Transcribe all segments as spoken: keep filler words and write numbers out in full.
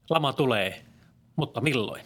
Lama tulee, mutta milloin?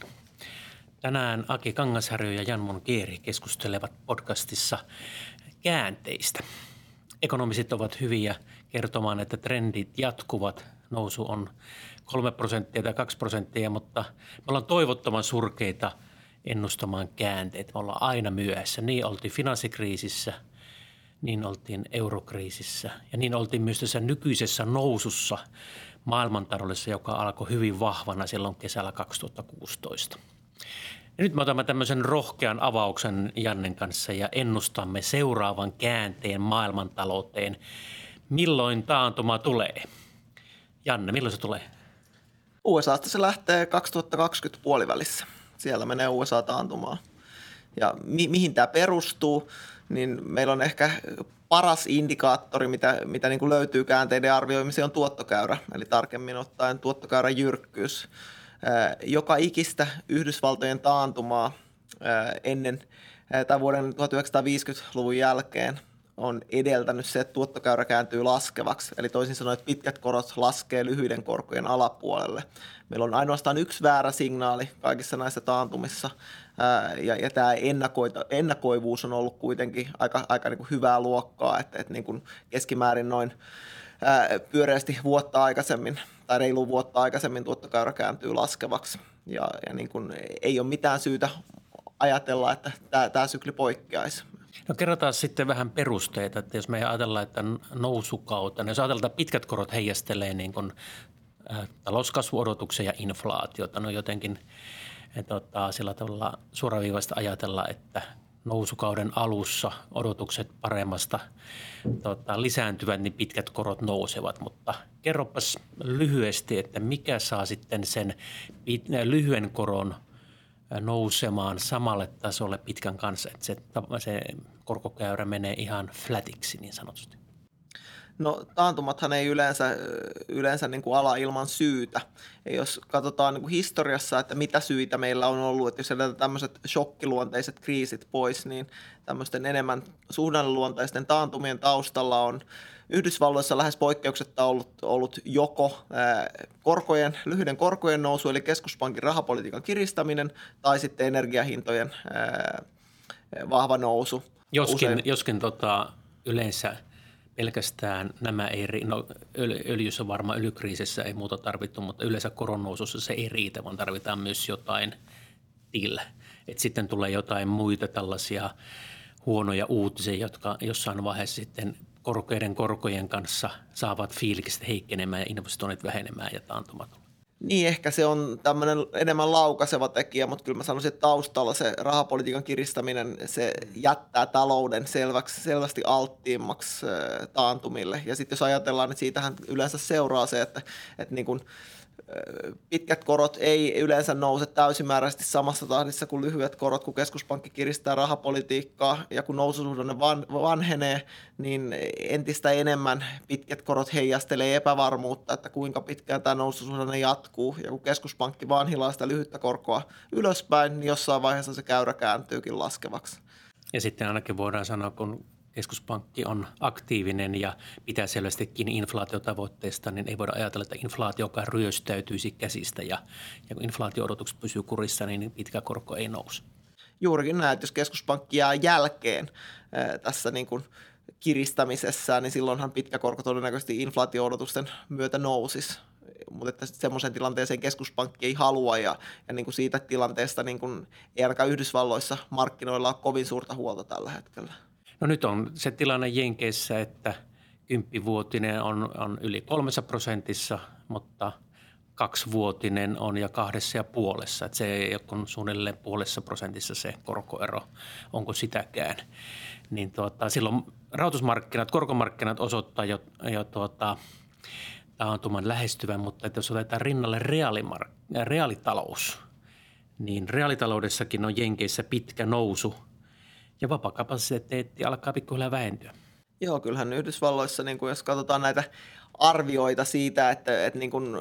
Tänään Aki Kangasharju ja Janmon Kieri keskustelevat podcastissa käänteistä. Ekonomisit ovat hyviä kertomaan, että trendit jatkuvat. Nousu on kolme prosenttia tai kaksi prosenttia, mutta me ollaan toivottoman surkeita ennustamaan käänteitä. Me ollaan aina myöhässä. Niin oltiin finanssikriisissä, niin oltiin eurokriisissä ja niin oltiin myös tässä nykyisessä nousussa maailmantaloudessa, joka alkoi hyvin vahvana silloin kesällä kaksituhattakuusitoista. Ja nyt me otamme tämmöisen rohkean avauksen Jannen kanssa ja ennustamme seuraavan käänteen maailmantalouteen. Milloin taantuma tulee? Janne, milloin se tulee? U S A:sta se lähtee kaksituhattakaksikymmentä puolivälissä. Siellä menee U S A taantumaan. Ja mi- mihin tämä perustuu, niin meillä on ehkä paras indikaattori, mitä, mitä niin kuin löytyy käänteiden arvioimiseen, on tuottokäyrä, eli tarkemmin ottaen tuottokäyrän jyrkkyys. Joka ikistä Yhdysvaltojen taantumaa ennen tai vuoden tuhatyhdeksänsataaviisikymmentäluvun jälkeen on edeltänyt se, että tuottokäyrä kääntyy laskevaksi. Eli toisin sanoen, että pitkät korot laskee lyhyiden korkojen alapuolelle. Meillä on ainoastaan yksi väärä signaali kaikissa näissä taantumissa, ja, ja tämä ennakoivuus on ollut kuitenkin aika, aika niin kuin hyvää luokkaa, että, että niin kuin keskimäärin noin ää, pyöreästi vuotta aikaisemmin tai reilu vuotta aikaisemmin tuottokäyrä kääntyy laskevaksi, ja, ja niin kuin ei ole mitään syytä ajatella, että tämä, tämä sykli poikkeaisi. No kerrotaan sitten vähän perusteita, että jos me ajatellaan, että nousukautta, niin jos ajatellaan, että pitkät korot heijastelee niin kuin talouskasvuodotuksia ja inflaatiota, no jotenkin tota, sillä tavalla suoraviivaista ajatella, että nousukauden alussa odotukset paremmasta tota, lisääntyvät, niin pitkät korot nousevat, mutta kerropas lyhyesti, että mikä saa sitten sen lyhyen koron nousemaan samalle tasolle pitkän kanssa, että se, se korkokäyrä menee ihan flatiksi niin sanotusti. No taantumathan ei yleensä, yleensä niin kuin ala ilman syytä. Ja jos katsotaan niin kuin historiassa, että mitä syitä meillä on ollut, että jos jätetään tämmöiset shokkiluonteiset kriisit pois, niin tämmöisten enemmän suhdanneluonteisten taantumien taustalla on Yhdysvalloissa lähes poikkeuksetta ollut, ollut joko ää, korkojen, lyhyiden korkojen nousu, eli keskuspankin rahapolitiikan kiristäminen, tai sitten energiahintojen ää, vahva nousu. Joskin, joskin tota, yleensä pelkästään nämä ei, no öljyssä varmaan öljykriisissä ei muuta tarvittu, mutta yleensä koronnousussa se ei riitä, vaan tarvitaan myös jotain till. Että sitten tulee jotain muita tällaisia huonoja uutisia, jotka jossain vaiheessa sitten korkeiden korkojen kanssa saavat fiilikset heikkenemään ja investoinnit vähenemään ja taantumat. Niin, ehkä se on tämmöinen enemmän laukaiseva tekijä, mutta kyllä mä sanoisin, että taustalla se rahapolitiikan kiristäminen, se jättää talouden selväksi, selvästi alttiimmaksi taantumille. Ja sitten jos ajatellaan, että siitähän yleensä seuraa se, että, että niin kuin pitkät korot ei yleensä nouse täysimääräisesti samassa tahdissa kuin lyhyet korot, kun keskuspankki kiristää rahapolitiikkaa ja kun noususuhdanne vanhenee, niin entistä enemmän pitkät korot heijastelee epävarmuutta, että kuinka pitkään tämä noususuhdanne jatkuu. Ja kun keskuspankki vaan hilaa sitä lyhyttä korkoa ylöspäin, niin jossain vaiheessa se käyrä kääntyykin laskevaksi. Ja sitten ainakin voidaan sanoa, kun keskuspankki on aktiivinen ja pitää selvästi kiinni inflaatiotavoitteesta, niin ei voida ajatella, että inflaatiokaan ryöstäytyisi käsistä ja, ja kun inflaatio-odotukset pysyy kurissa, niin pitkä korko ei nouse. Juurikin näin, että jos keskuspankki jää jälkeen ää, tässä niin kuin kiristämisessä, niin silloinhan pitkä korko todennäköisesti inflaatio-odotusten myötä nousisi. Mutta että semmoisen tilanteeseen keskuspankki ei halua ja, ja niin kuin siitä tilanteesta niin kuin ei ainakaan Yhdysvalloissa markkinoilla ole kovin suurta huolta tällä hetkellä. No nyt on se tilanne Jenkeissä, että kymppivuotinen on, on yli kolmessa prosentissa, mutta kaksivuotinen on ja kahdessa ja puolessa. Että se ei ole suunnilleen puolessa prosentissa se korkoero, onko sitäkään. Niin tuota, silloin rahoitusmarkkinat, korkomarkkinat osoittaa jo, jo tuota, taantuman lähestyvän, mutta että jos otetaan rinnalle reaalimark- reaalitalous, niin reaalitaloudessakin on Jenkeissä pitkä nousu. Ja vapaakapasiteetti alkaa pikkuhiljaa vähentyä. Joo, kyllähän Yhdysvalloissa, niin kuin jos katsotaan näitä arvioita siitä, että, että niin kuin,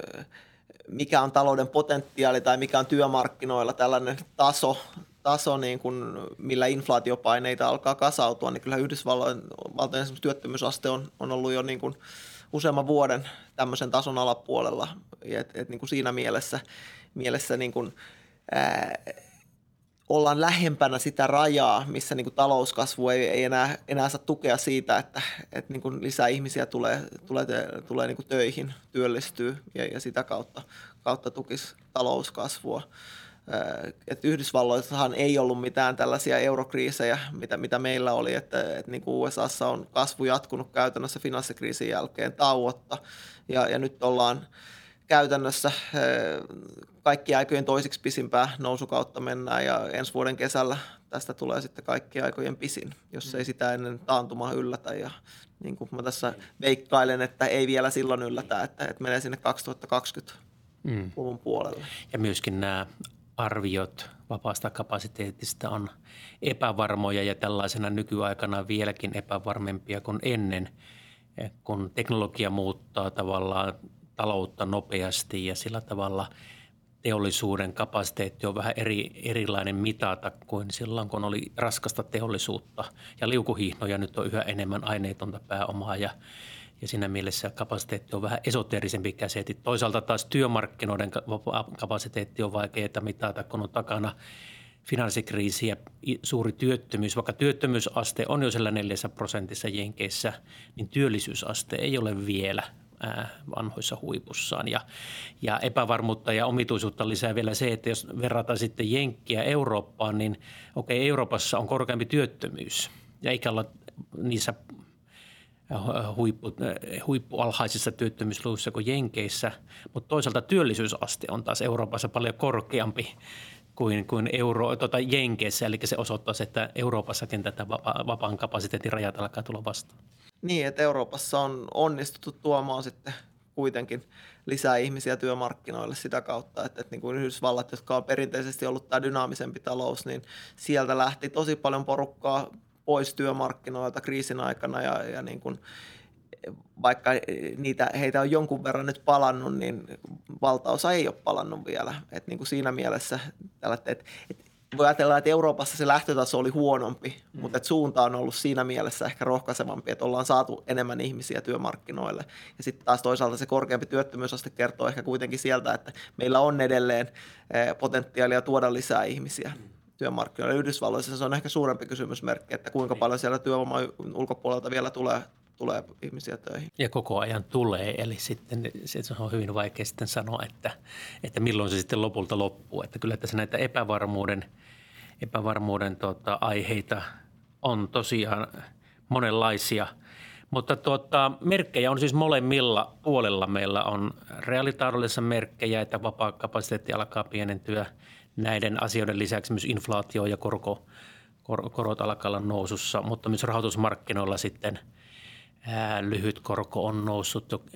mikä on talouden potentiaali tai mikä on työmarkkinoilla tällainen taso, taso niin kuin, millä inflaatiopaineita alkaa kasautua, niin kyllä Yhdysvaltojen työttömyysaste on, on ollut jo niin kuin useamman vuoden tämmöisen tason alapuolella. Et, et niin kuin siinä mielessä, mielessä niin kuin, ää, ollaan lähempänä sitä rajaa, missä niin kuin talouskasvu ei, ei enää, enää saa tukea siitä, että, että niin kuin lisää ihmisiä tulee, tulee, tulee niin kuin töihin, työllistyy ja, ja sitä kautta, kautta tukisi talouskasvua. Että Yhdysvalloissahan ei ollut mitään tällaisia eurokriisejä, mitä, mitä meillä oli, että, että niin kuin U S A:ssa on kasvu jatkunut käytännössä finanssikriisin jälkeen tauotta ja, ja nyt ollaan käytännössä kaikki aikojen toisiksi pisimpää nousukautta mennään ja ensi vuoden kesällä tästä tulee sitten kaikki aikojen pisin, jos ei sitä ennen taantuma yllätä. Ja niin kuin mä tässä veikkailen, että ei vielä silloin yllätä, että, että menee sinne kaksituhattakaksikymmentäluvun mm. puolelle. Ja myöskin nämä arviot vapaasta kapasiteetista on epävarmoja ja tällaisena nykyaikana vieläkin epävarmempia kuin ennen, kun teknologia muuttaa tavallaan taloutta nopeasti ja sillä tavalla teollisuuden kapasiteetti on vähän eri, erilainen mitata kuin silloin, kun oli raskasta teollisuutta ja liukuhihnoja nyt on yhä enemmän aineetonta pääomaa ja, ja siinä mielessä kapasiteetti on vähän esoteerisempi käsite. Toisaalta taas työmarkkinoiden kapasiteetti on vaikeaa mitata, kun on takana finanssikriisi ja suuri työttömyys. Vaikka työttömyysaste on jo siellä neljässä prosentissa Jenkeissä, niin työllisyysaste ei ole vielä vanhoissa huipussaan. Ja, ja epävarmuutta ja omituisuutta lisää vielä se, että jos verrataan sitten Jenkkiä Eurooppaan, niin okei, Euroopassa on korkeampi työttömyys ja eikä olla niissä huippu, huippualhaisissa työttömyysluvuissa kuin Jenkeissä, mutta toisaalta työllisyysaste on taas Euroopassa paljon korkeampi kuin, kuin Euro, tuota Jenkeissä, eli se osoittaisi, että Euroopassakin tätä vapaan kapasiteetin rajat alkaa tulla vastaan. Niin, että Euroopassa on onnistuttu tuomaan sitten kuitenkin lisää ihmisiä työmarkkinoille sitä kautta, että, että niin kuin Yhdysvallat, jotka on perinteisesti ollut tämä dynaamisempi talous, niin sieltä lähti tosi paljon porukkaa pois työmarkkinoilta kriisin aikana ja, ja niin kuin, vaikka niitä, heitä on jonkun verran nyt palannut, niin valtaosa ei ole palannut vielä. Että niin kuin siinä mielessä, että, että, että voi ajatella, että Euroopassa se lähtötaso oli huonompi, mm. mutta että suunta on ollut siinä mielessä ehkä rohkaisevampi, että ollaan saatu enemmän ihmisiä työmarkkinoille. Ja sitten taas toisaalta se korkeampi työttömyysaste kertoo ehkä kuitenkin sieltä, että meillä on edelleen potentiaalia tuoda lisää ihmisiä työmarkkinoille. Yhdysvalloissa se on ehkä suurempi kysymysmerkki, että kuinka paljon siellä työvoiman ulkopuolelta vielä tulee tulee ihmisiä töihin. Ja koko ajan tulee, eli sitten se on hyvin vaikea sitten sanoa, että, että milloin se sitten lopulta loppuu. Että kyllä tässä näitä epävarmuuden, epävarmuuden tuota, aiheita on tosiaan monenlaisia, mutta tuota, merkkejä on siis molemmilla puolella. Meillä on reaalitaloudellisissa merkkejä, että vapaa kapasiteetti alkaa pienentyä. Näiden asioiden lisäksi myös inflaatio ja korko, kor, korot alkaa olla nousussa, mutta myös rahoitusmarkkinoilla sitten lyhyt korko on noussut jo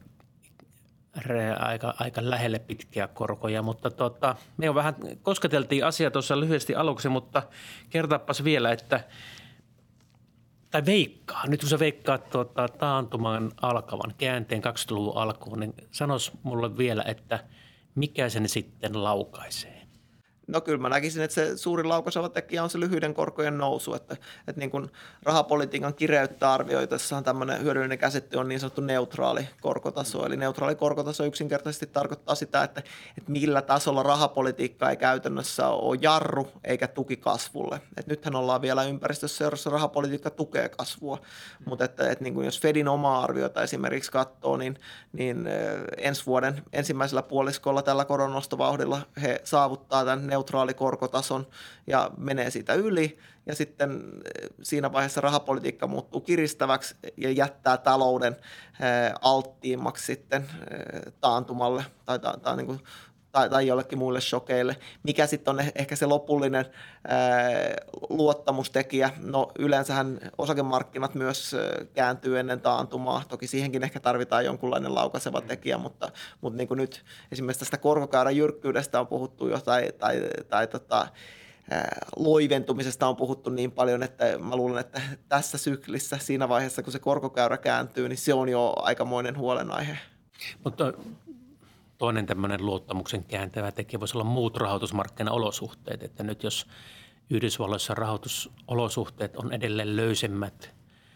aika, aika lähelle pitkiä korkoja, mutta tuota, me on vähän kosketeltiin asiaa tuossa lyhyesti aluksi, mutta kertaapas vielä, että tai veikkaa, nyt kun sä veikkaat tuota, taantuman alkavan käänteen kaksikymmentäluvun alkuun, niin sanois mulle vielä, että mikä sen sitten laukaisee? No kyllä mä näkisin, että se suurin laukaiseva tekijä on se lyhyiden korkojen nousu, että, että niin kuin rahapolitiikan kireyttä arvioitaessahan tämmöinen hyödyllinen käsite on niin sanottu neutraali korkotaso. Eli neutraali korkotaso yksinkertaisesti tarkoittaa sitä, että, että millä tasolla rahapolitiikka ei käytännössä ole jarru eikä tuki kasvulle. Et nythän ollaan vielä ympäristössä, jossa rahapolitiikka tukee kasvua, mutta että, että niin kuin jos Fedin omaa arviota esimerkiksi katsoo, niin, niin ensi vuoden ensimmäisellä puoliskolla tällä koronnostovauhdilla he saavuttaa tämän neutraali korkotason ja menee siitä yli ja sitten siinä vaiheessa rahapolitiikka muuttuu kiristäväksi ja jättää talouden alttiimmaksi sitten taantumalle tai, tai, tai, niin kuin, tai, tai jollekin muille shokeille. Mikä sitten on ehkä se lopullinen ää, luottamustekijä? No yleensähän osakemarkkinat myös kääntyy ennen taantumaa. Toki siihenkin ehkä tarvitaan jonkunlainen laukaiseva tekijä, mutta, mutta niin kuin nyt esimerkiksi tästä korkokäyrän jyrkkyydestä on puhuttu jo tai, tai, tai tota, ää, loiventumisesta on puhuttu niin paljon, että mä luulen, että tässä syklissä siinä vaiheessa, kun se korkokäyrä kääntyy, niin se on jo aikamoinen huolenaihe. Mutta toinen tämmöinen luottamuksen kääntävä tekijä voisi olla muut rahoitusmarkkinaolosuhteet, että nyt jos Yhdysvalloissa rahoitusolosuhteet on edelleen löysemmät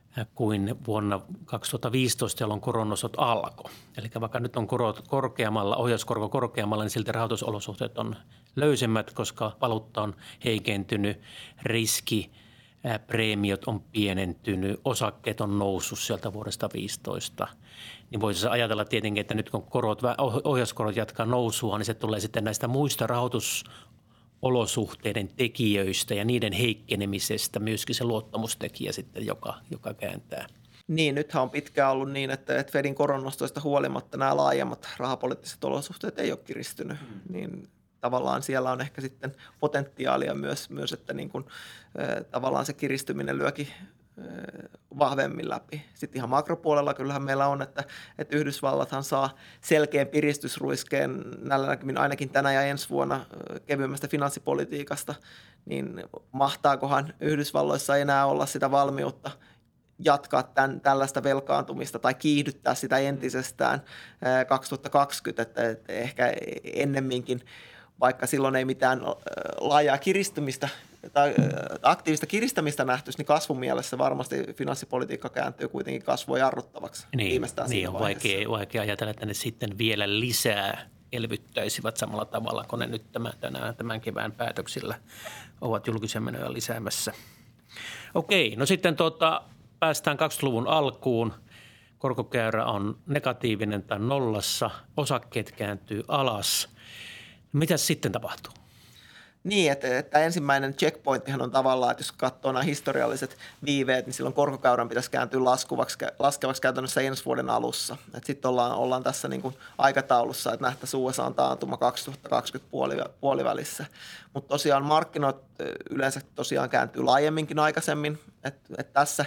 kuin vuonna kaksituhattaviisitoista, jolloin koronosot alkoi. Eli vaikka nyt on korot korkeammalla, ohjauskorko korkeammalla, niin silti rahoitusolosuhteet on löysemmät, koska valuutta on heikentynyt, riski, preemiot on pienentynyt, osakkeet on noussut sieltä vuodesta viisitoista. Niin voisi ajatella tietenkin, että nyt kun korot, ohjauskorot jatkaa nousua, niin se tulee sitten näistä muista rahoitusolosuhteiden tekijöistä ja niiden heikkenemisestä myöskin se luottamustekijä sitten, joka, joka kääntää. Niin, nythän on pitkään ollut niin, että, että Fedin koronnostoista huolimatta nämä laajemmat rahapoliittiset olosuhteet ei ole kiristynyt, mm. niin tavallaan siellä on ehkä sitten potentiaalia myös, myös että niin kuin, äh, tavallaan se kiristyminen lyökin äh, vahvemmin läpi. Sitten ihan makropuolella kyllähän meillä on, että, että Yhdysvallathan saa selkeän piristysruiskeen näillä näkymin ainakin tänä ja ensi vuonna äh, kevyemmästä finanssipolitiikasta, niin mahtaakohan Yhdysvalloissa enää olla sitä valmiutta jatkaa tämän, tällaista velkaantumista tai kiihdyttää sitä entisestään äh, kaksituhattakaksikymmentä, että, että ehkä ennemminkin vaikka silloin ei mitään laajaa kiristymistä tai aktiivista kiristämistä nähtyisi, niin kasvun mielessä varmasti finanssipolitiikka kääntyy kuitenkin kasvua jarruttavaksi niin, viimeistään niin siinä on vaikea, vaikea ajatella, että ne sitten vielä lisää elvyttäisivät samalla tavalla, kun ne nyt tämän, tänään, tämän kevään päätöksillä ovat julkisen menoja lisäämässä. Okei, no sitten tuota, päästään kaksikymmentäluvun alkuun. Korkokäyrä on negatiivinen tai nollassa, osakkeet kääntyy alas. Mitäs sitten tapahtuu? Niin, että, että ensimmäinen checkpointtihan on tavallaan, että jos katsoo nämä historialliset viiveet, niin silloin korkokäyrän pitäisi kääntyä laskuvaksi, laskevaksi käytännössä ensi vuoden alussa. Sitten ollaan, ollaan tässä niin kuin aikataulussa, että nähtäisiin U S A:n taantuma kaksituhattakaksikymmentä puoli, puolivälissä. Mutta tosiaan markkinat yleensä tosiaan kääntyy laajemminkin aikaisemmin, että, että tässä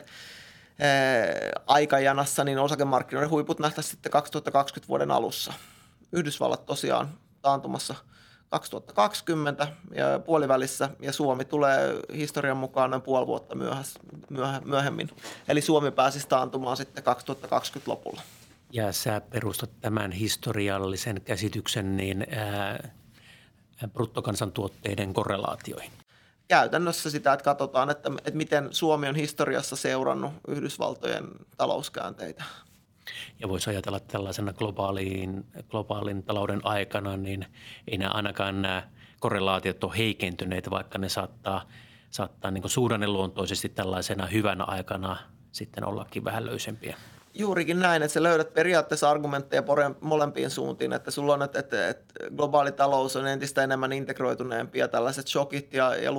ää, aikajanassa niin osakemarkkinoiden huiput nähtäisiin sitten kaksituhattakaksikymmentä vuoden alussa. Yhdysvallat tosiaan taantumassa kaksituhattakaksikymmentä ja puolivälissä, ja Suomi tulee historian mukaan noin puoli vuotta myöhäs, myöh, myöhemmin. Eli Suomi pääsisi taantumaan sitten kaksituhattakaksikymmentä lopulla. Ja sä perustat tämän historiallisen käsityksen niin ää, bruttokansantuotteiden korrelaatioihin. Käytännössä sitä, että katsotaan, että, että miten Suomi on historiassa seurannut Yhdysvaltojen talouskäänteitä. Ja voisi ajatella tällaisena globaalin, globaalin talouden aikana, niin ei nämä ainakaan nämä korrelaatiot ole heikentyneet, vaikka ne saattaa, saattaa niin kuin suhdanneluontoisesti tällaisena hyvänä aikana sitten ollakin vähän löysempiä. Juurikin näin, että sä löydät periaatteessa argumentteja molempiin suuntiin, että sulla on, että, että, että globaali talous on entistä enemmän integroituneempi ja tällaiset shokit ja, ja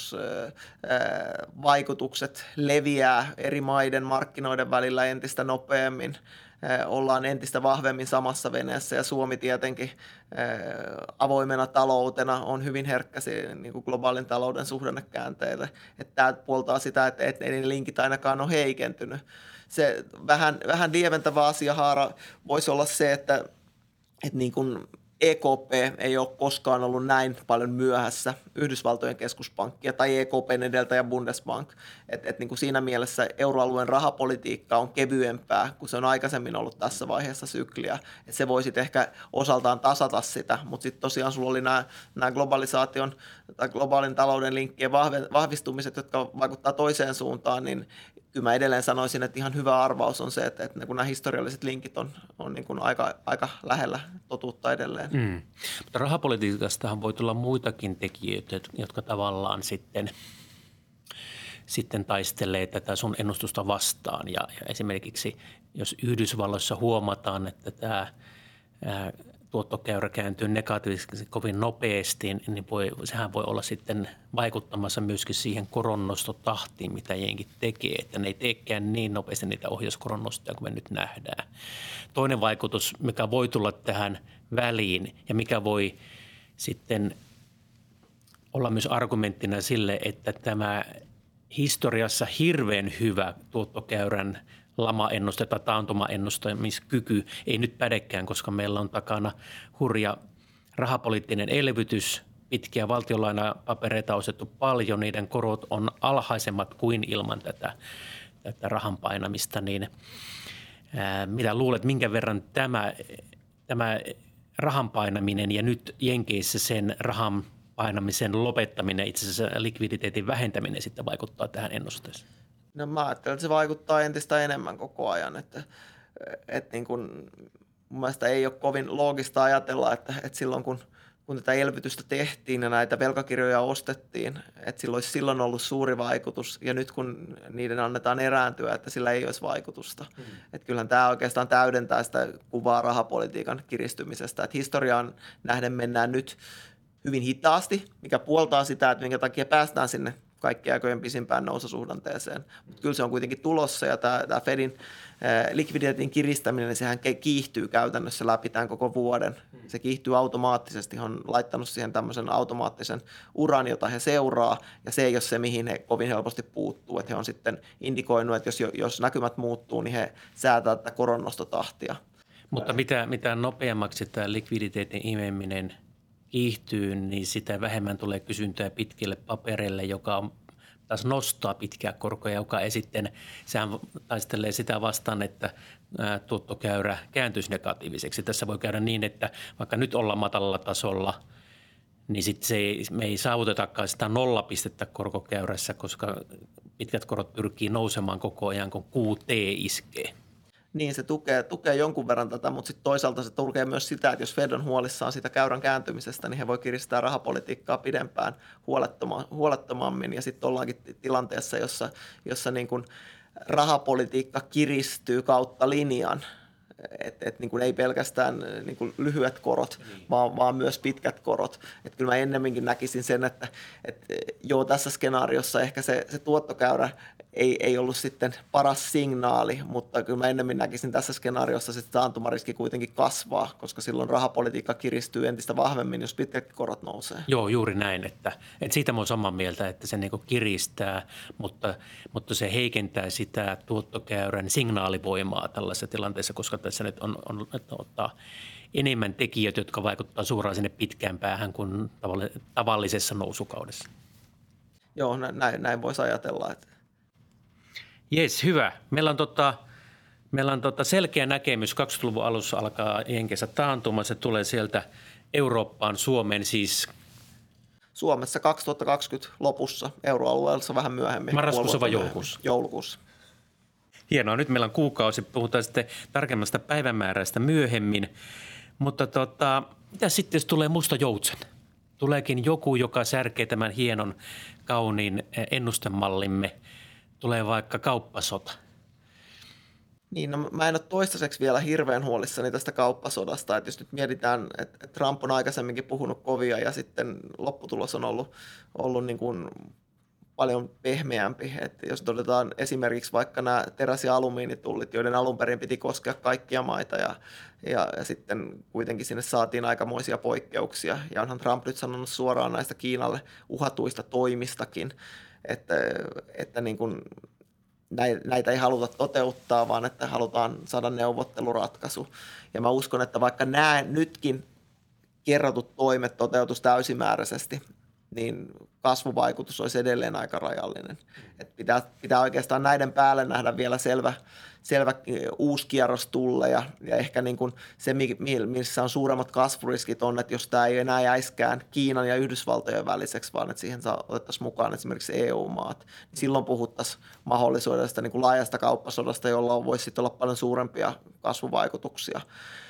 luottamusvaikutukset leviää eri maiden markkinoiden välillä entistä nopeammin. Ollaan entistä vahvemmin samassa veneessä ja Suomi tietenkin avoimena taloutena on hyvin herkkä niin kuin globaalin talouden suhdannekäänteille. Tämä puoltaa sitä, että ei ne linkit ainakaan ole heikentynyt. Se vähän, vähän lieventävä asiahaara voisi olla se, että, että niin kuin E K P ei ole koskaan ollut näin paljon myöhässä Yhdysvaltojen keskuspankkia tai E K P:n edeltäjä Bundesbank. Et, et niin kuin siinä mielessä euroalueen rahapolitiikka on kevyempää, kun se on aikaisemmin ollut tässä vaiheessa sykliä. Et se voisi ehkä osaltaan tasata sitä, mutta sitten tosiaan sulla oli nämä, nämä globalisaation tai globaalin talouden linkkien vahvistumiset, jotka vaikuttaa toiseen suuntaan, niin kyllä mä edelleen sanoisin, että ihan hyvä arvaus on se, että, että kun nämä historialliset linkit on, on niin kuin aika, aika lähellä totuutta edelleen. Mm. Mutta rahapolitiikastahan voi tulla muitakin tekijöitä, jotka tavallaan sitten, sitten taistelee tätä sun ennustusta vastaan. Ja, ja esimerkiksi jos Yhdysvalloissa huomataan, että tämä ää, tuottokäyrä kääntyy negatiivisesti kovin nopeasti, niin voi, sehän voi olla sitten vaikuttamassa myöskin siihen koronnostotahtiin, mitä jenkit tekee, että ne ei teekään niin nopeasti niitä ohjauskoronnostoja kuin me nyt nähdään. Toinen vaikutus, mikä voi tulla tähän väliin ja mikä voi sitten olla myös argumenttina sille, että tämä historiassa hirveän hyvä tuottokäyrän lamaennuste tai taantumaennustamiskyky ei nyt pädekään, koska meillä on takana hurja rahapoliittinen elvytys, pitkiä valtionlainapapereita on ostettu paljon, niiden korot on alhaisemmat kuin ilman tätä, tätä rahan painamista, niin ää, mitä luulet, minkä verran tämä, tämä rahan painaminen ja nyt Jenkeissä sen rahan painamisen lopettaminen, itse asiassa likviditeetin vähentäminen sitten vaikuttaa tähän ennusteeseen? No mä ajattelen, että se vaikuttaa entistä enemmän koko ajan, että, että niin kuin, mun mielestä ei ole kovin loogista ajatella, että, että silloin kun, kun tätä elvytystä tehtiin ja näitä velkakirjoja ostettiin, että sillä olisi silloin ollut suuri vaikutus ja nyt kun niiden annetaan erääntyä, että sillä ei olisi vaikutusta. Mm. Että kyllähän tämä oikeastaan täydentää sitä kuvaa rahapolitiikan kiristymisestä, että historiaan nähden mennään nyt hyvin hitaasti, mikä puoltaa sitä, että minkä takia päästään sinne kaikkien aikojen pisimpään noususuhdanteeseen. Mutta kyllä se on kuitenkin tulossa ja tämä, tämä Fedin eh, likviditeetin kiristäminen, niin sehän kiihtyy käytännössä läpi tämän koko vuoden. Se kiihtyy automaattisesti, he on laittanut siihen tämmöisen automaattisen uran, jota he seuraa ja se ei ole se, mihin he kovin helposti puuttuu. Että he on sitten indikoinut, että jos, jos näkymät muuttuu, niin he säätää tätä koronnostotahtia. Mutta mitä, mitä nopeammaksi tämä likviditeetin imeminen kiihtyy, niin sitä vähemmän tulee kysyntää pitkille papereille, joka on, taas nostaa pitkää korkoja, joka ei sitten, sehän taistelee sitä vastaan, että ää, tuottokäyrä kääntyisi negatiiviseksi. Tässä voi käydä niin, että vaikka nyt ollaan matalalla tasolla, niin sitten se ei, me ei saavutetakaan sitä nollapistettä korkokäyrässä, koska pitkät korot pyrkii nousemaan koko ajan, kun Q T iskee. Niin, se tukee, tukee jonkun verran tätä, mutta sitten toisaalta se tukee myös sitä, että jos Fed on huolissaan siitä käyrän kääntymisestä, niin he voi kiristää rahapolitiikkaa pidempään huolettoma, huolettomammin. Ja sitten ollaankin tilanteessa, jossa, jossa niin kuin rahapolitiikka kiristyy kautta linjan. Että et, niin ei pelkästään niin kuin lyhyet korot, mm. vaan, vaan myös pitkät korot. Et kyllä mä ennemminkin näkisin sen, että et, joo, tässä skenaariossa ehkä se, se tuottokäyrä ei, ei ollut sitten paras signaali, mutta kyllä mä ennemmin näkisin tässä skenaariossa se taantumariski kuitenkin kasvaa, koska silloin rahapolitiikka kiristyy entistä vahvemmin, jos pitkät korot nousee. Joo, juuri näin, että, että siitä mä oon samaa mieltä, että se niin kuin kiristää, mutta, mutta se heikentää sitä tuottokäyrän signaalivoimaa tällaisessa tilanteessa, koska tässä nyt on, on ottaa enemmän tekijät, jotka vaikuttaa suoraan sinne pitkään päähän kuin tavallisessa nousukaudessa. Joo, näin, näin voisi ajatella. Että... Jes, hyvä. Meillä on, tota, meillä on tota selkeä näkemys. kaksikymmentäluvun alussa alkaa Jenkeissä taantuma. Se tulee sieltä Eurooppaan, Suomeen siis. Suomessa kaksituhattakaksikymmentä lopussa, euroalueella vähän myöhemmin. Marraskuussa vai joulukuussa? Joulukuussa. Hienoa. Nyt meillä on kuukausi. Puhutaan sitten tarkemmasta päivämääräistä myöhemmin. Mutta tota, mitä sitten, jos tulee musta joutsen? Tuleekin joku, joka särkee tämän hienon, kauniin ennustemallimme. Tulee vaikka kauppasota. Niin, no mä en ole toistaiseksi vielä hirveän huolissani tästä kauppasodasta. Että jos nyt mietitään, että Trump on aikaisemminkin puhunut kovia ja sitten lopputulos on ollut, ollut niin kuin paljon pehmeämpi. Että jos todetaan esimerkiksi vaikka nämä teräs- ja alumiinitullit, joiden alun perin piti koskea kaikkia maita ja, ja, ja sitten kuitenkin sinne saatiin aikamoisia poikkeuksia. Ja onhan Trump nyt sanonut suoraan näistä Kiinalle uhatuista toimistakin, että, että niin kuin näitä ei haluta toteuttaa, vaan että halutaan saada neuvotteluratkaisu. Ja mä uskon, että vaikka nämä nytkin kerrotut toimet toteutus täysimääräisesti, niin kasvuvaikutus olisi edelleen aika rajallinen. Et pitää, pitää oikeastaan näiden päälle nähdä vielä selvä, selvä uusi kierros tulla ja, ja ehkä niin kuin se, missä on suuremmat kasvuriskit on, että jos tämä ei enää jäiskään Kiinan ja Yhdysvaltojen väliseksi, vaan että siihen otettaisiin mukaan esimerkiksi E U-maat, niin silloin puhuttaisiin mahdollisuudesta niin kuin laajasta kauppasodasta, jolla voisi sitten olla paljon suurempia kasvuvaikutuksia.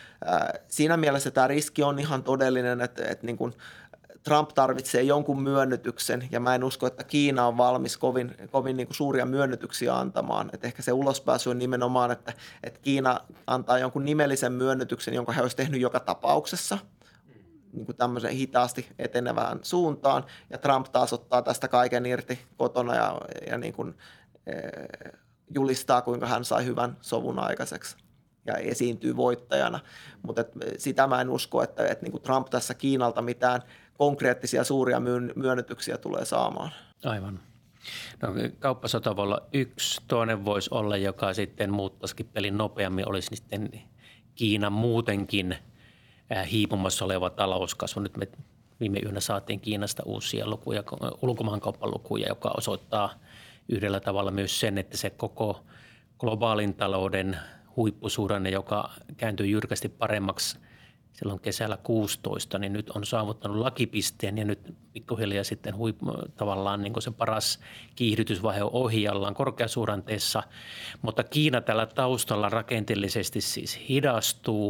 Siinä mielessä tämä riski on ihan todellinen, että, että niin kuin Trump tarvitsee jonkun myönnytyksen ja mä en usko, että Kiina on valmis kovin, kovin niin kuin suuria myönnytyksiä antamaan. Et ehkä se ulospääsy on nimenomaan, että, että Kiina antaa jonkun nimellisen myönnytyksen, jonka he olisivat tehnyt joka tapauksessa niin kuin tämmöisen hitaasti etenevään suuntaan ja Trump taas ottaa tästä kaiken irti kotona ja, ja niin kuin, e, julistaa, kuinka hän sai hyvän sovun aikaiseksi ja esiintyy voittajana. Mutta sitä mä en usko, että, että niin kuin Trump tässä Kiinalta mitään konkreettisia suuria myönnytyksiä tulee saamaan. Aivan. No, kauppasota voi olla yksi. Toinen voisi olla, joka sitten muuttaisikin pelin nopeammin, olisi sitten Kiinan muutenkin hiipumassa oleva talouskasvu. Nyt me viime yönä saatiin Kiinasta uusia lukuja, ulkomaankauppalukuja, joka osoittaa yhdellä tavalla myös sen, että se koko globaalin talouden huippusuhdanne, joka kääntyy jyrkästi paremmaksi silloin kesällä kuusitoista, niin nyt on saavuttanut lakipisteen ja nyt pikkuhiljaa sitten huip, tavallaan niin kuin se paras kiihdytysvaihe on ohjallaan korkeasuhdanteessa, mutta Kiina tällä taustalla rakenteellisesti siis hidastuu.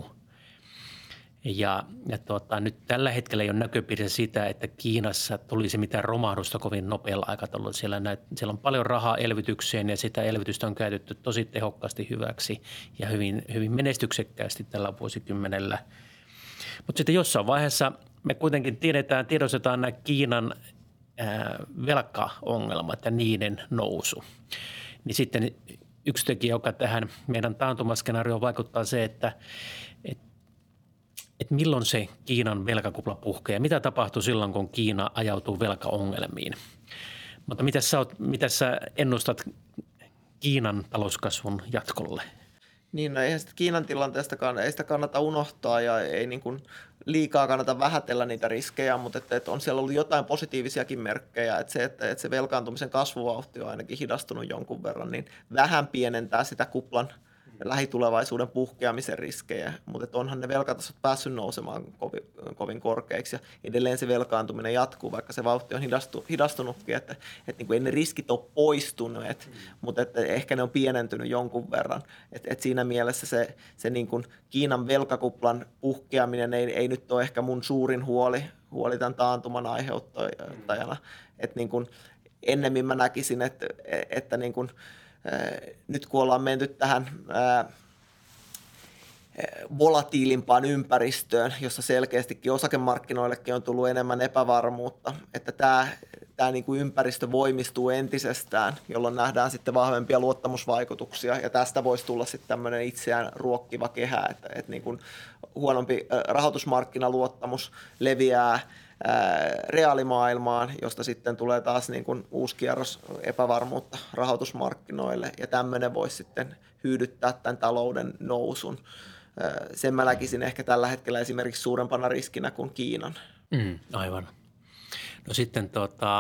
Ja, ja tuota, nyt tällä hetkellä ei ole näköpiirissä sitä, että Kiinassa tulisi mitään romahdusta kovin nopealla aikataululla. Siellä, näet, siellä on paljon rahaa elvytykseen ja sitä elvytystä on käytetty tosi tehokkaasti hyväksi ja hyvin, hyvin menestyksekkäästi tällä vuosikymmenellä. Mutta sitten jossain vaiheessa me kuitenkin tiedetään, tiedostetaan nämä Kiinan ää, velkaongelmat ja niiden nousu. Niin sitten yksi tekijä, joka tähän meidän taantumaskenaarioon vaikuttaa se, että et, et milloin se Kiinan velkakupla puhkeaa ja mitä tapahtuu silloin, kun Kiina ajautuu velkaongelmiin. Mutta mitä sä, oot, mitä sä ennustat Kiinan talouskasvun jatkolle? Niin, no eihän sitä Kiinan tilanteestakaan, ei sitä kannata unohtaa ja ei niin kuin liikaa kannata vähätellä niitä riskejä, mutta että, että on siellä ollut jotain positiivisiakin merkkejä, että se, että, että se velkaantumisen kasvuvauhti on ainakin hidastunut jonkun verran, niin vähän pienentää sitä kuplan lähitulevaisuuden puhkeamisen riskejä, mutta onhan ne velkatasot päässyt nousemaan kovin, kovin korkeiksi ja edelleen se velkaantuminen jatkuu, vaikka se vauhti on hidastu, hidastunutkin, että, että niin kuin ei ne riskit ole poistuneet, mm. mutta että ehkä ne on pienentynyt jonkun verran. Että, että siinä mielessä se, se niin kuin Kiinan velkakuplan puhkeaminen ei, ei nyt ole ehkä mun suurin huoli, huoli tämän taantuman aiheuttajana. Että niin kuin ennemmin mä näkisin, että, että niin kuin nyt kun ollaan menty tähän ää, volatiilimpaan ympäristöön, jossa selkeästikin osakemarkkinoillekin on tullut enemmän epävarmuutta, että tämä, tämä niin kuin ympäristö voimistuu entisestään, jolloin nähdään sitten vahvempia luottamusvaikutuksia ja tästä voisi tulla sitten tämmöinen itseään ruokkiva kehä, että, että niin kuin huonompi rahoitusmarkkinaluottamus leviää reaalimaailmaan, josta sitten tulee taas niin kuin uusi kierros epävarmuutta rahoitusmarkkinoille ja tämmöinen voisi sitten hyydyttää tämän talouden nousun. Sen mä näkisin ehkä tällä hetkellä esimerkiksi suurempana riskinä kuin Kiinan. Mm, aivan. No sitten tota,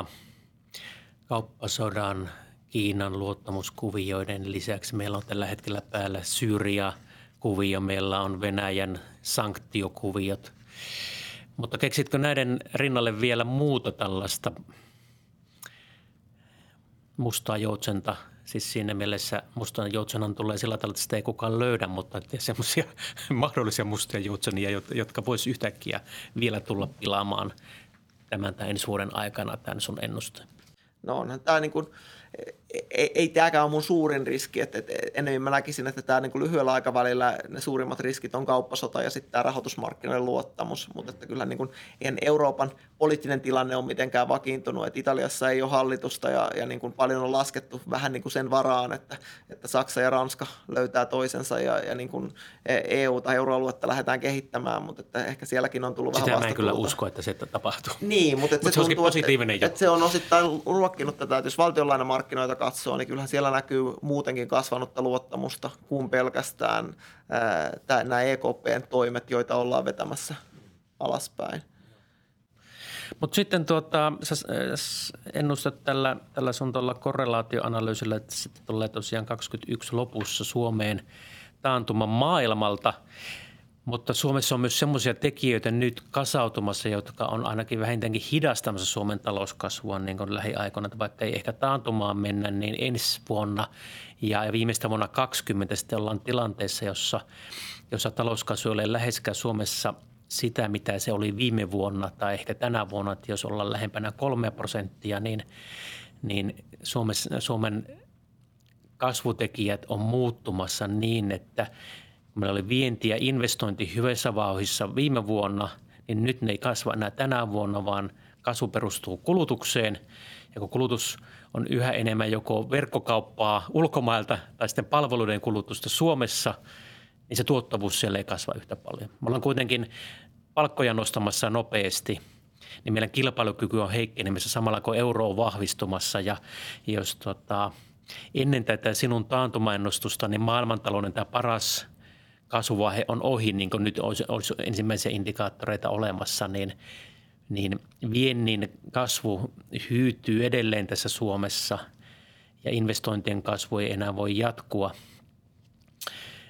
kauppasodan, Kiinan luottamuskuvioiden lisäksi meillä on tällä hetkellä päällä Syyria-kuvio, meillä on Venäjän sanktiokuviot. Mutta keksitkö näiden rinnalle vielä muuta tällaista mustaa joutsenta? Siis siinä mielessä mustan joutsenan tulee sillä tavalla, että sitä ei kukaan löydä, mutta semmoisia mahdollisia mustia joutsenia, jotka voisi yhtäkkiä vielä tulla pilaamaan tämän tai ensi vuoden aikana tämän sun ennusteen. No onhan tämä niin kuin, ei, ei tämäkään ole mun suurin riski, että, että enemmän mä näkisin, että tämä niin kuin lyhyellä aikavälillä ne suurimmat riskit on kauppasota ja sitten tämä rahoitusmarkkinoiden luottamus, mutta että kyllä niin kuin, eihän Euroopan poliittinen tilanne on mitenkään vakiintunut, että Italiassa ei ole hallitusta ja, ja niin kuin paljon on laskettu vähän niin kuin sen varaan, että, että Saksa ja Ranska löytää toisensa ja, ja niin kuin E U- tai euroaluetta lähdetään kehittämään, mutta että ehkä sielläkin on tullut Sitä vähän vastatuulta. Sitä mä en kyllä usko, että se tapahtuu. Niin, mutta, mutta se, se tuntuu, positiivinen että, että se on osittain ruokkinut tätä, että jos valtionlainamarkkinoita katsoo, niin kyllähän siellä näkyy muutenkin kasvanutta luottamusta kuin pelkästään ää, nämä E K P:n toimet, joita ollaan vetämässä alaspäin. Mutta sitten tuota, sä ennustat tällä, tällä sun tuolla korrelaatioanalyysillä, että sitten tulee tosiaan kaksikymmentäyksi lopussa Suomeen taantuma maailmalta, mutta Suomessa on myös semmoisia tekijöitä nyt kasautumassa, jotka on ainakin vähintäänkin hidastamassa Suomen talouskasvua niin kuin lähiaikoina, vaikka ei ehkä taantumaan mennä, niin ensi vuonna ja viimeistä vuonna kaksikymmentä sitten ollaan tilanteessa, jossa, jossa talouskasvu ei ole läheskään Suomessa sitä, mitä se oli viime vuonna tai ehkä tänä vuonna, että jos ollaan lähempänä kolme prosenttia, niin, niin Suomessa, Suomen kasvutekijät on muuttumassa niin, että meillä oli vienti ja investointi hyvässä vauhdissa viime vuonna, niin nyt ne ei kasva enää tänä vuonna, vaan kasvu perustuu kulutukseen. Ja kun kulutus on yhä enemmän joko verkkokauppaa ulkomailta tai sitten palveluiden kulutusta Suomessa, niin se tuottavuus siellä ei kasva yhtä paljon. Me ollaan kuitenkin palkkoja nostamassa nopeasti, niin meidän kilpailukyky on heikkenemässä samalla kun euro on vahvistumassa. Ja jos tota, ennen tätä sinun taantumaennustusta, niin maailmantalouden tämä paras kasvuvaihe on ohi, niin kuin nyt olisi, olisi ensimmäisiä indikaattoreita olemassa, niin, niin viennin kasvu hyytyy edelleen tässä Suomessa ja investointien kasvu ei enää voi jatkua.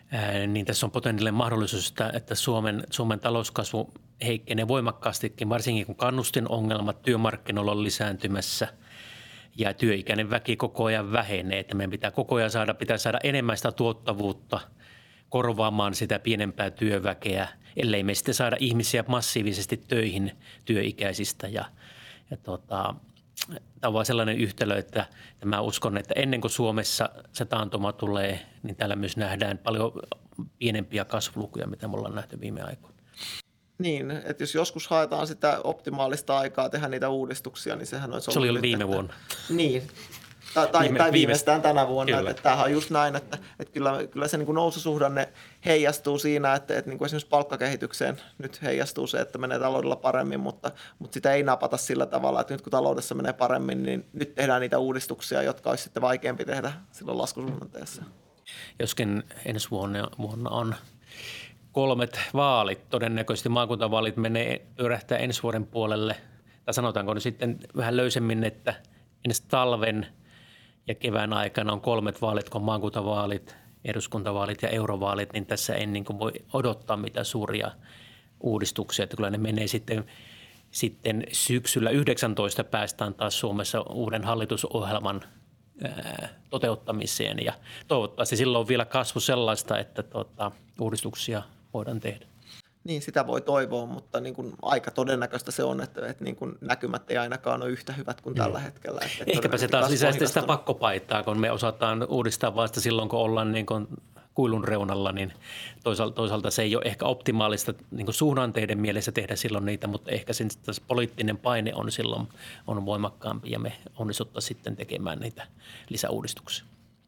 ää, niin tässä on potentiaalinen mahdollisuus, että, että Suomen, Suomen talouskasvu heikkenee voimakkaastikin, varsinkin kun kannustinongelmat työmarkkinoilla on lisääntymässä ja työikäinen väki koko ajan vähenee. Että meidän pitää koko ajan saada, pitää saada enemmän sitä tuottavuutta korvaamaan sitä pienempää työväkeä, ellei me sitten saada ihmisiä massiivisesti töihin työikäisistä. Ja, ja tota, tämä on vaan sellainen yhtälö, että mä uskon, että ennen kuin Suomessa se taantuma tulee, niin täällä myös nähdään paljon pienempiä kasvulukuja, mitä me ollaan nähty viime aikoina. Niin, että jos joskus haetaan sitä optimaalista aikaa tehdä niitä uudistuksia, niin sehän olisi Se oli ollut viime nyt, vuonna. Että, niin, tai, tai, Viime, tai viimeistään tänä vuonna. Kyllä. Että, että tämähän on just näin, että, että kyllä, kyllä se niin kuin noususuhdanne heijastuu siinä, että, että niin kuin esimerkiksi palkkakehitykseen nyt heijastuu se, että menee taloudella paremmin, mutta, mutta sitä ei napata sillä tavalla, että nyt kun taloudessa menee paremmin, niin nyt tehdään niitä uudistuksia, jotka olisi sitten vaikeampi tehdä silloin laskusuhdanteessa. Joskin ensi vuonna, vuonna on kolmet vaalit, todennäköisesti maakuntavaalit menee pyörähtää ensi vuoden puolelle, tai sanotaanko nyt sitten vähän löysemmin, että ensi talven ja kevään aikana on kolmet vaalit, kun on maakuntavaalit, eduskuntavaalit ja eurovaalit, niin tässä ei niin kuin voi odottaa mitään suuria uudistuksia, että kyllä ne menee sitten, sitten syksyllä yhdeksäntoista päästään taas Suomessa uuden hallitusohjelman ää, toteuttamiseen ja toivottavasti silloin on vielä kasvu sellaista, että tuota, uudistuksia voidaan tehdä. Niin, sitä voi toivoa, mutta niin kuin aika todennäköistä se on, että, että niin kuin näkymät ei ainakaan ole yhtä hyvät kuin tällä hetkellä. Että Ehkäpä se taas lisää sitä pakkopaitaa, kun me osataan uudistaa vasta silloin, kun ollaan niin kuin kuilun reunalla, niin toisaalta, toisaalta se ei ole ehkä optimaalista niin kuin suhdanteiden mielessä tehdä silloin niitä, mutta ehkä sen poliittinen paine on silloin on voimakkaampi ja me onnistuttaisiin sitten tekemään niitä lisäuudistuksia.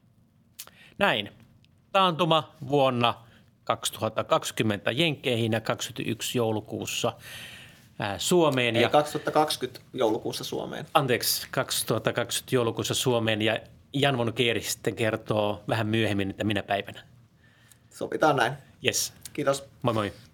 Näin. Taantuma vuonna kaksituhattakaksikymmentä Jenkkeihin ja kaksikymmentäyksi joulukuussa ää, Suomeen. Ei, ja kaksituhattakaksikymmentä joulukuussa Suomeen. Anteeksi, kaksituhattakaksikymmentä joulukuussa Suomeen ja Jan von Geer sitten kertoo vähän myöhemmin, että minä päivänä. Sovitaan näin. Yes. Kiitos. Moi moi.